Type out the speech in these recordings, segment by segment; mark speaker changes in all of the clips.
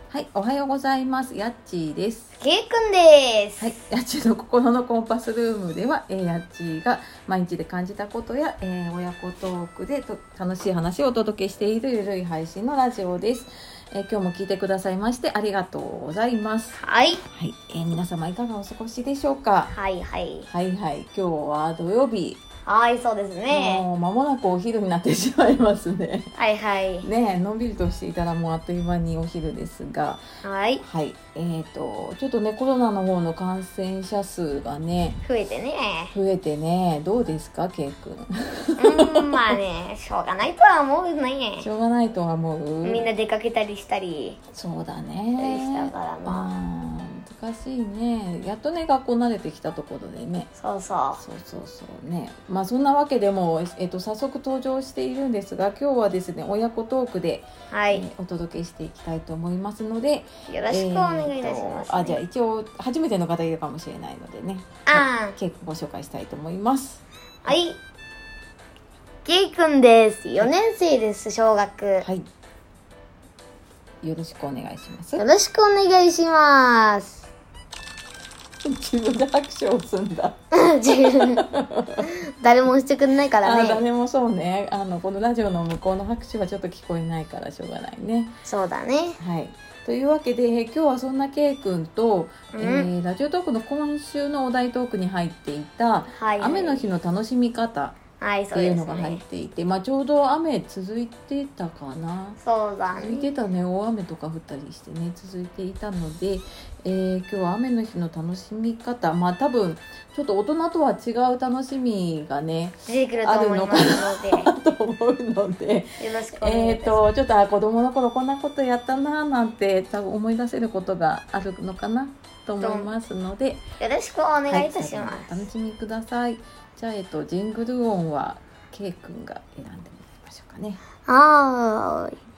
Speaker 1: はい、おはようございます。やっちーです。
Speaker 2: けいくんです。
Speaker 1: はい、やっちーの心のコンパスルームでは、やっちーが毎日で感じたことや、親子トークで楽しい話をお届けしているゆるい配信のラジオです。今日も聞いてくださいましてありがとうございます。
Speaker 2: はい。
Speaker 1: はい、皆様いかがお過ごしでしょうか。
Speaker 2: はいはい。
Speaker 1: はいはい、今日は土曜日。
Speaker 2: はい、そうですね。
Speaker 1: もう間もなくお昼になってしまいますね。
Speaker 2: はいはい。
Speaker 1: ね、のんびりとしていたらもうあっという間にお昼ですが、
Speaker 2: はい。
Speaker 1: はい、ちょっとねコロナの方の感染者数がね
Speaker 2: 増えてね。
Speaker 1: どうですか、けいくん。
Speaker 2: まあね、しょうがないとは思うね。
Speaker 1: しょうがないとは思う。
Speaker 2: みんな出かけたりしたり。
Speaker 1: そうだね。
Speaker 2: したからな。
Speaker 1: 難しいね。やっとね学校慣れてきたところでね。
Speaker 2: そう
Speaker 1: ね。まあそんなわけでも早速登場しているんですが、今日はですね親子トークで、
Speaker 2: はい、
Speaker 1: お届けしていきたいと思いますので、
Speaker 2: よろしくお願いいたします、ね。
Speaker 1: じゃあ一応初めての方いるかもしれないのでね。結構ご紹介したいと思います。
Speaker 2: はい。けいくんです。4年生です、小学。
Speaker 1: はい。よろしくお願いします。
Speaker 2: よろしくお願いします。
Speaker 1: 自分で拍手をすんだ。
Speaker 2: 誰もしてくれないからね。
Speaker 1: 誰もそうね。このラジオの向こうの拍手はちょっと聞こえないからしょうがないね。
Speaker 2: そうだね。
Speaker 1: はい。というわけで今日はそんなけいくんと、ラジオトークの今週のお題トークに入っていた、雨の日の楽しみ方っていうのが入っていて、まあちょうど雨続いてたかな。
Speaker 2: そうだね。
Speaker 1: 続いてたね。大雨とか降ったりしてね続いていたので、今日は雨の日の楽しみ方、まあ多分ちょっと大人とは違う楽しみがねあるのかなと思うので、
Speaker 2: よろしくお願いします。
Speaker 1: ちょっと子供の頃こんなことやったななんて多分思い出せることがあるのかなと思いますので、
Speaker 2: よろしくお願いいたします。
Speaker 1: お楽しみください。じゃあジングル音はけいくんが選んでもらいましょうかね。
Speaker 2: はーい。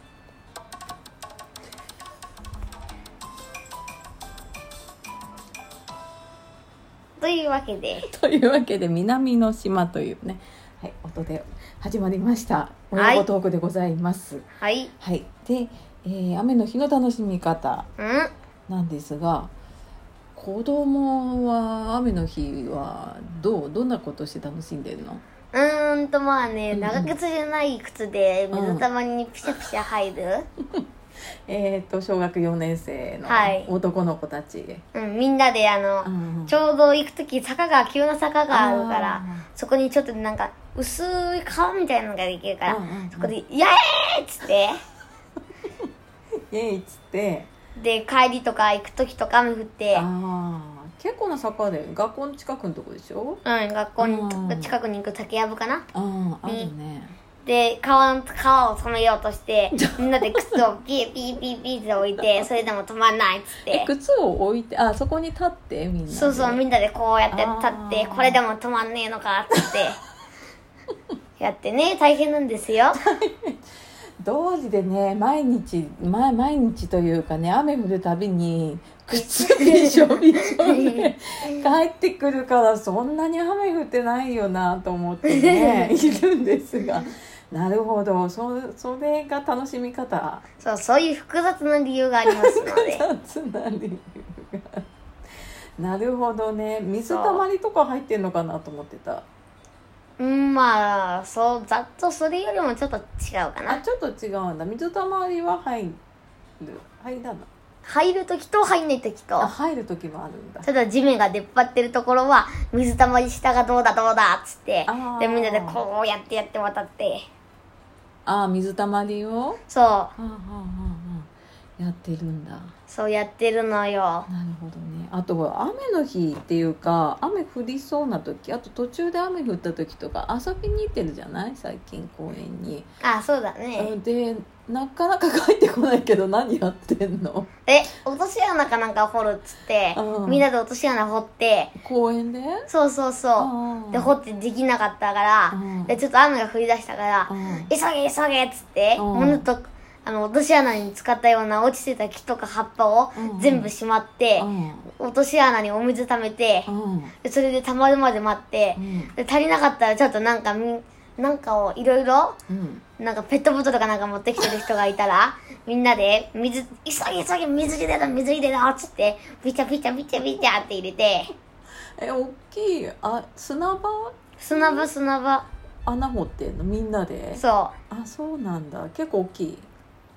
Speaker 2: というわけで
Speaker 1: 南の島というね、はい、音で始まりました親子トークでございます。
Speaker 2: はい、
Speaker 1: はい、で、雨の日の楽しみ方なんですが、子供は雨の日はどんなことして楽しんでるの？
Speaker 2: まあね、長靴じゃない靴で水たまりにピシャピシャ入る
Speaker 1: 小学4年生の男の子たち、
Speaker 2: みんなでちょうど行くとき急な坂があるから、そこにちょっとなんか薄い川みたいなのができるから、そこでイエーイっつって
Speaker 1: イエーイっつって
Speaker 2: で帰りとか行くときとか雨降って、
Speaker 1: 結構な坂で学校の近くのとこでしょ？
Speaker 2: 学校の近くに行く竹やぶかな。
Speaker 1: あるね。
Speaker 2: で川を止めようとしてみんなで靴をピーピーピーピーって置いて、それでも止まんないっつって
Speaker 1: 靴を置いてそこに立ってみんなで
Speaker 2: そうみんなでこうやって立ってこれでも止まんねえのかっつってやってね、大変なんですよ。
Speaker 1: 同時でね毎日というかね、雨降るたびに靴びしょびしょで帰ってくるから、そんなに雨降ってないよなと思ってねいるんですが、なるほど、それが楽しみ方。
Speaker 2: そういう複雑な理由がありますので。
Speaker 1: 複雑な理由がなるほどね。水たまりとか入ってんのかなと思ってた。
Speaker 2: まあざっとそれよりもちょっと違うかな。
Speaker 1: ちょっと違うんだ。水たまりは入らない。
Speaker 2: 入るときと入んないときと。
Speaker 1: 入るときもあるんだ。
Speaker 2: ただ地面が出っ張ってるところは水たまり下がどうだっつって、でみんなでこうやって渡って、
Speaker 1: 水たまりをやってるんだ。
Speaker 2: そうやってるのよ。
Speaker 1: なるほどね。あとは雨の日っていうか雨降りそうな時、あと途中で雨降った時とか遊びに行ってるじゃない、最近公園に。
Speaker 2: そうだね。
Speaker 1: でなかなか帰ってこないけど何やってんの？
Speaker 2: 落とし穴かなんか掘るっつって、みんなで落とし穴掘って
Speaker 1: 公園で
Speaker 2: そうで掘ってできなかったから、でちょっと雨が降り出したから、急げっつって、落とし穴に使ったような落ちてた木とか葉っぱを全部しまって、落とし穴にお水溜めて、でそれで溜まるまで待って、で足りなかったらちょっとなんかなんかをいろいろ
Speaker 1: うん
Speaker 2: なんかペットボトルかなんか持ってきてる人がいたらみんなで急げ水入れろっつってビチャビチャって入れて、
Speaker 1: 大きい砂場
Speaker 2: 砂場
Speaker 1: 穴掘ってんのみんなで。
Speaker 2: そ
Speaker 1: そうなんだ。結構大きい。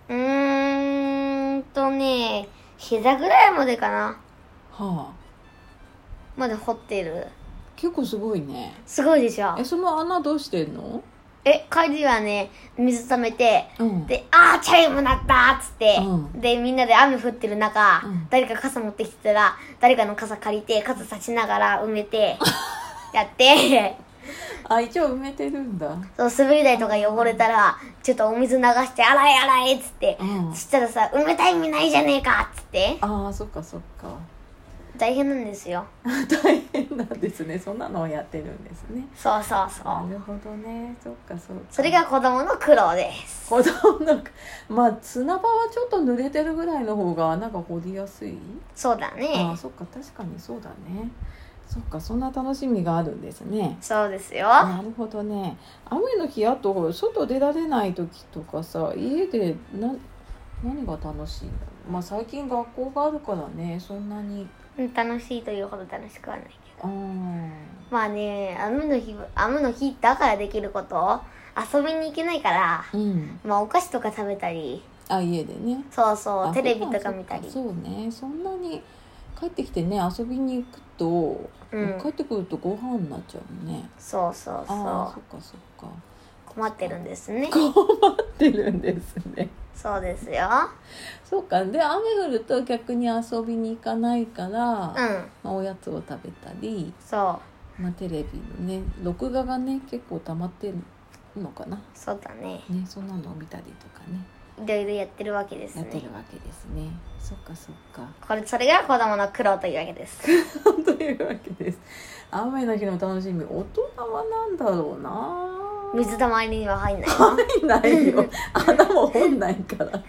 Speaker 2: 膝ぐらいまでかな
Speaker 1: はあ、
Speaker 2: まで掘ってる。
Speaker 1: 結構すごいね。
Speaker 2: すごいでしょ。
Speaker 1: その穴どうしてんの？
Speaker 2: 帰りはね水溜めて、
Speaker 1: うん
Speaker 2: でチャイム鳴ったっつって、
Speaker 1: うん
Speaker 2: でみんなで雨降ってる中、誰か傘持ってきてたら誰かの傘借りて傘差しながら埋めてやって
Speaker 1: 一応埋めてるんだ。
Speaker 2: そう滑り台とか汚れたらちょっとお水流して洗いっつって、そしたらさ埋めた意味ないじゃねえかっつって。
Speaker 1: そっか
Speaker 2: 大変なんですよ。
Speaker 1: 大変なんですね。そんなのをやってるんですね。
Speaker 2: そう
Speaker 1: なるほどね。そっか。
Speaker 2: それが子供の苦労です。
Speaker 1: 子供の砂場はちょっと濡れてるぐらいの方が穴が掘りやすい。
Speaker 2: そうだね。
Speaker 1: そっか、確かにそうだね。そっか、そんな楽しみがあるんですね。
Speaker 2: そうですよ。
Speaker 1: なるほどね。雨の日、あと外出られない時とかさ、家で何が楽しいの？最近学校があるからね、そんなに
Speaker 2: 楽しいというほど楽しくはないけど、
Speaker 1: 雨
Speaker 2: の日だからできること遊びに行けないから、お菓子とか食べたり、
Speaker 1: 家でね。
Speaker 2: そうテレビとか見たり。
Speaker 1: そうね。そんなに帰ってきてね遊びに行くと、帰ってくるとご飯になっちゃうもんね。
Speaker 2: そう
Speaker 1: そっか
Speaker 2: 困ってるんですね。
Speaker 1: 困ってるんですね。
Speaker 2: そうですよ。
Speaker 1: そうか。で雨降ると逆に遊びに行かないから、おやつを食べたり、テレビのね録画がね結構溜まってるのかな。
Speaker 2: そうだね。
Speaker 1: そんなのを見たりとかね、
Speaker 2: いろいろやってるわけですね。
Speaker 1: やってるわけですね。そっか。
Speaker 2: それが子供の苦労というわけです。
Speaker 1: というわけです。雨の日の楽しみ、大人はなんだろうな。
Speaker 2: 水たまりには入んない。
Speaker 1: 入んないよ。穴も掘んないから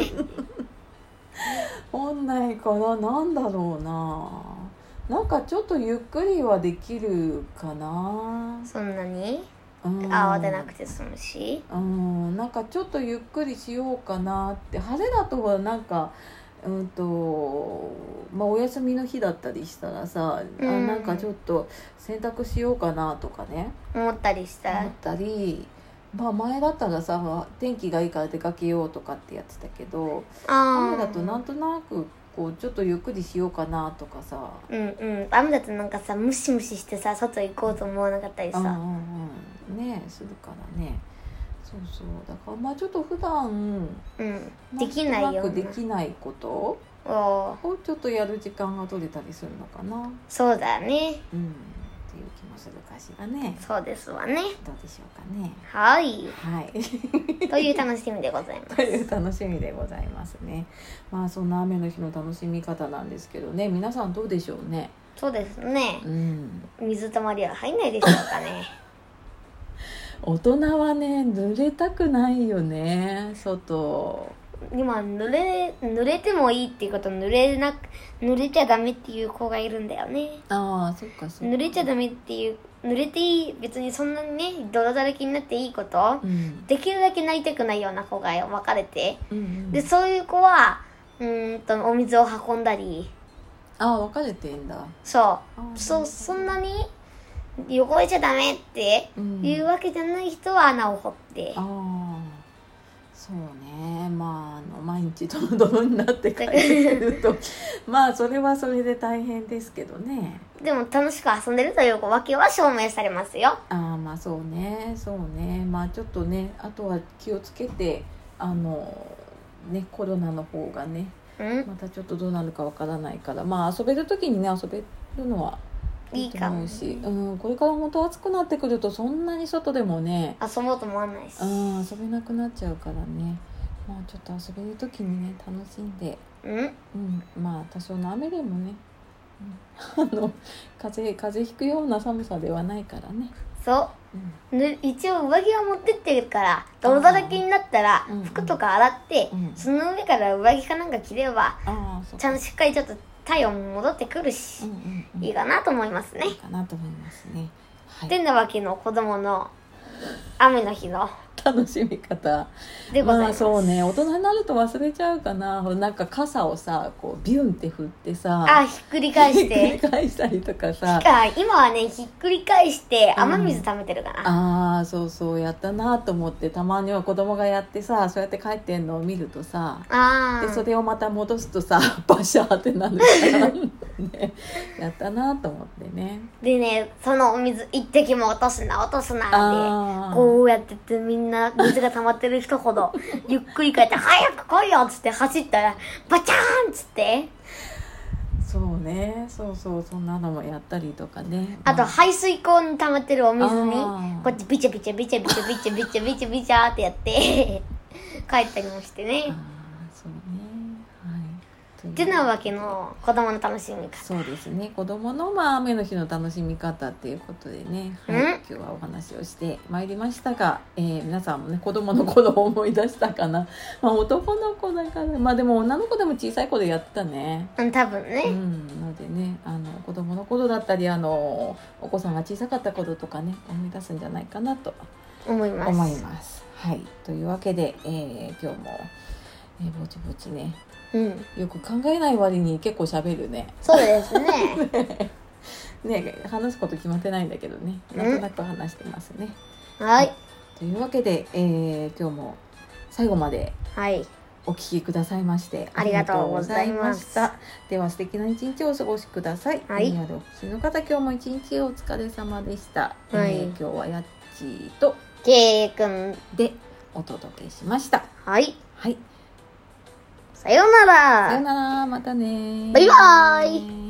Speaker 1: 掘んないからなんだろうな。なんかちょっとゆっくりはできるかな。
Speaker 2: そんなに慌てなくて済むし、
Speaker 1: なんかちょっとゆっくりしようかなって。晴れだとはなんかお休みの日だったりしたらさ、なんかちょっと洗濯しようかなとかね
Speaker 2: 思ったり、
Speaker 1: 前だったらさ天気がいいから出かけようとかってやってたけど、雨だとなんとなくちょっとゆっくりしようかなとかさ、
Speaker 2: 雨だとなんかさムシムシしてさ外行こうと思わなかったりさ、
Speaker 1: ねするからね。そうだからちょっと普段、
Speaker 2: できないような
Speaker 1: できないことをちょっとやる時間が取れたりするのかな。
Speaker 2: そうだね。っていう
Speaker 1: 気もするかしらね。
Speaker 2: そうですわね。
Speaker 1: どうでしょうかね。
Speaker 2: はいという楽しみでございます。
Speaker 1: という楽しみでございますね。そんな雨の日の楽しみ方なんですけどね、皆さんどうでしょうね。
Speaker 2: そうですね。水たまりは入んないでしょうかね。
Speaker 1: 大人はね濡れたくないよね外。
Speaker 2: 今濡れてもいいっていうこと濡れちゃダメっていう子がいるんだよね。
Speaker 1: そっか。
Speaker 2: 濡れちゃダメっていう、濡れていい、別にそんなにね泥だらけになっていいこと、できるだけなりたくないような子が分かれて、でそういう子はお水を運んだり。
Speaker 1: 分かれてんだ。
Speaker 2: そんなに汚れちゃダメっていうわけじゃない人は穴を掘って、
Speaker 1: そうね。毎日ドロドロになって帰ってくるとそれはそれで大変ですけどね。
Speaker 2: でも楽しく遊んでるというわけは証明されますよ。
Speaker 1: そうねちょっとねあとは気をつけてコロナの方がねまたちょっとどうなるかわからないから、遊べる時にね遊べるのはいいと思うし、これから本当暑くなってくるとそんなに外でもね
Speaker 2: 遊ぼうと思わないし、
Speaker 1: 遊べなくなっちゃうからね。ちょっと遊べる時にね楽しんで、多少の雨でもね、風邪ひくような寒さではないからね。
Speaker 2: 一応上着は持ってってるから泥だらけになったら服とか洗って、その上から上着かなんか着ればちゃんとしっかりちょっと体温も戻ってくるし、いいかなと思いますね。
Speaker 1: いいかなと思いますね。
Speaker 2: てなわけの子供の雨の日の
Speaker 1: 楽しみ方
Speaker 2: でございます。
Speaker 1: そうね、大人になると忘れちゃうかな。なんか傘をさこうビュンって振ってさ
Speaker 2: ひっくり返して
Speaker 1: ひっくり返したりとかさ、
Speaker 2: 今はねひっくり返して雨水溜めてるかな、
Speaker 1: そうそうやったなと思って、たまには子供がやってさそうやって帰ってんのを見るとさ、でそれをまた戻すとさバシャーってなるからね、やったなと思ってね。
Speaker 2: でね、そのお水一滴も落とすなでこうやってて、みんな水が溜まってる人ほどゆっくり帰って早く来いよっつって走ったらバチャーンっつって、
Speaker 1: そうね、そうそんなのもやったりとかね。
Speaker 2: あと排水溝に溜まってるお水にこっちビチャビチャビチャビチャビチャビチャビチャビチャってやって帰ったりもしてね。
Speaker 1: そうね、はい。
Speaker 2: ってなわけの子供の楽しみ方。
Speaker 1: そうですね、子供の雨の日の楽しみ方っていうことでね、今日はお話をしてまいりましたが、皆さんもね子供の頃を思い出したかな。男の子だからでも女の子でも小さい子でやってたね。
Speaker 2: 多分ね。
Speaker 1: のでね、子供の頃だったりお子さんが小さかった頃とかね思い出すんじゃないかなと
Speaker 2: 思います。
Speaker 1: はい、というわけで、今日も、ぼちぼちね、よく考えない割に結構喋るね。
Speaker 2: そうですね。
Speaker 1: ね、話すこと決まってないんだけどね、なんとなく話してますね。
Speaker 2: はい。
Speaker 1: というわけで、今日も最後までお聞きくださいまして
Speaker 2: ありがとうございました。
Speaker 1: では素敵な一日をお過ごしください。お聞きの方、今日も一日お疲れ様でした。今日はやっちーと
Speaker 2: けいくん
Speaker 1: でお届けしました。
Speaker 2: はい。
Speaker 1: はい。
Speaker 2: さようなら。
Speaker 1: さようなら、またね。
Speaker 2: バイバーイ。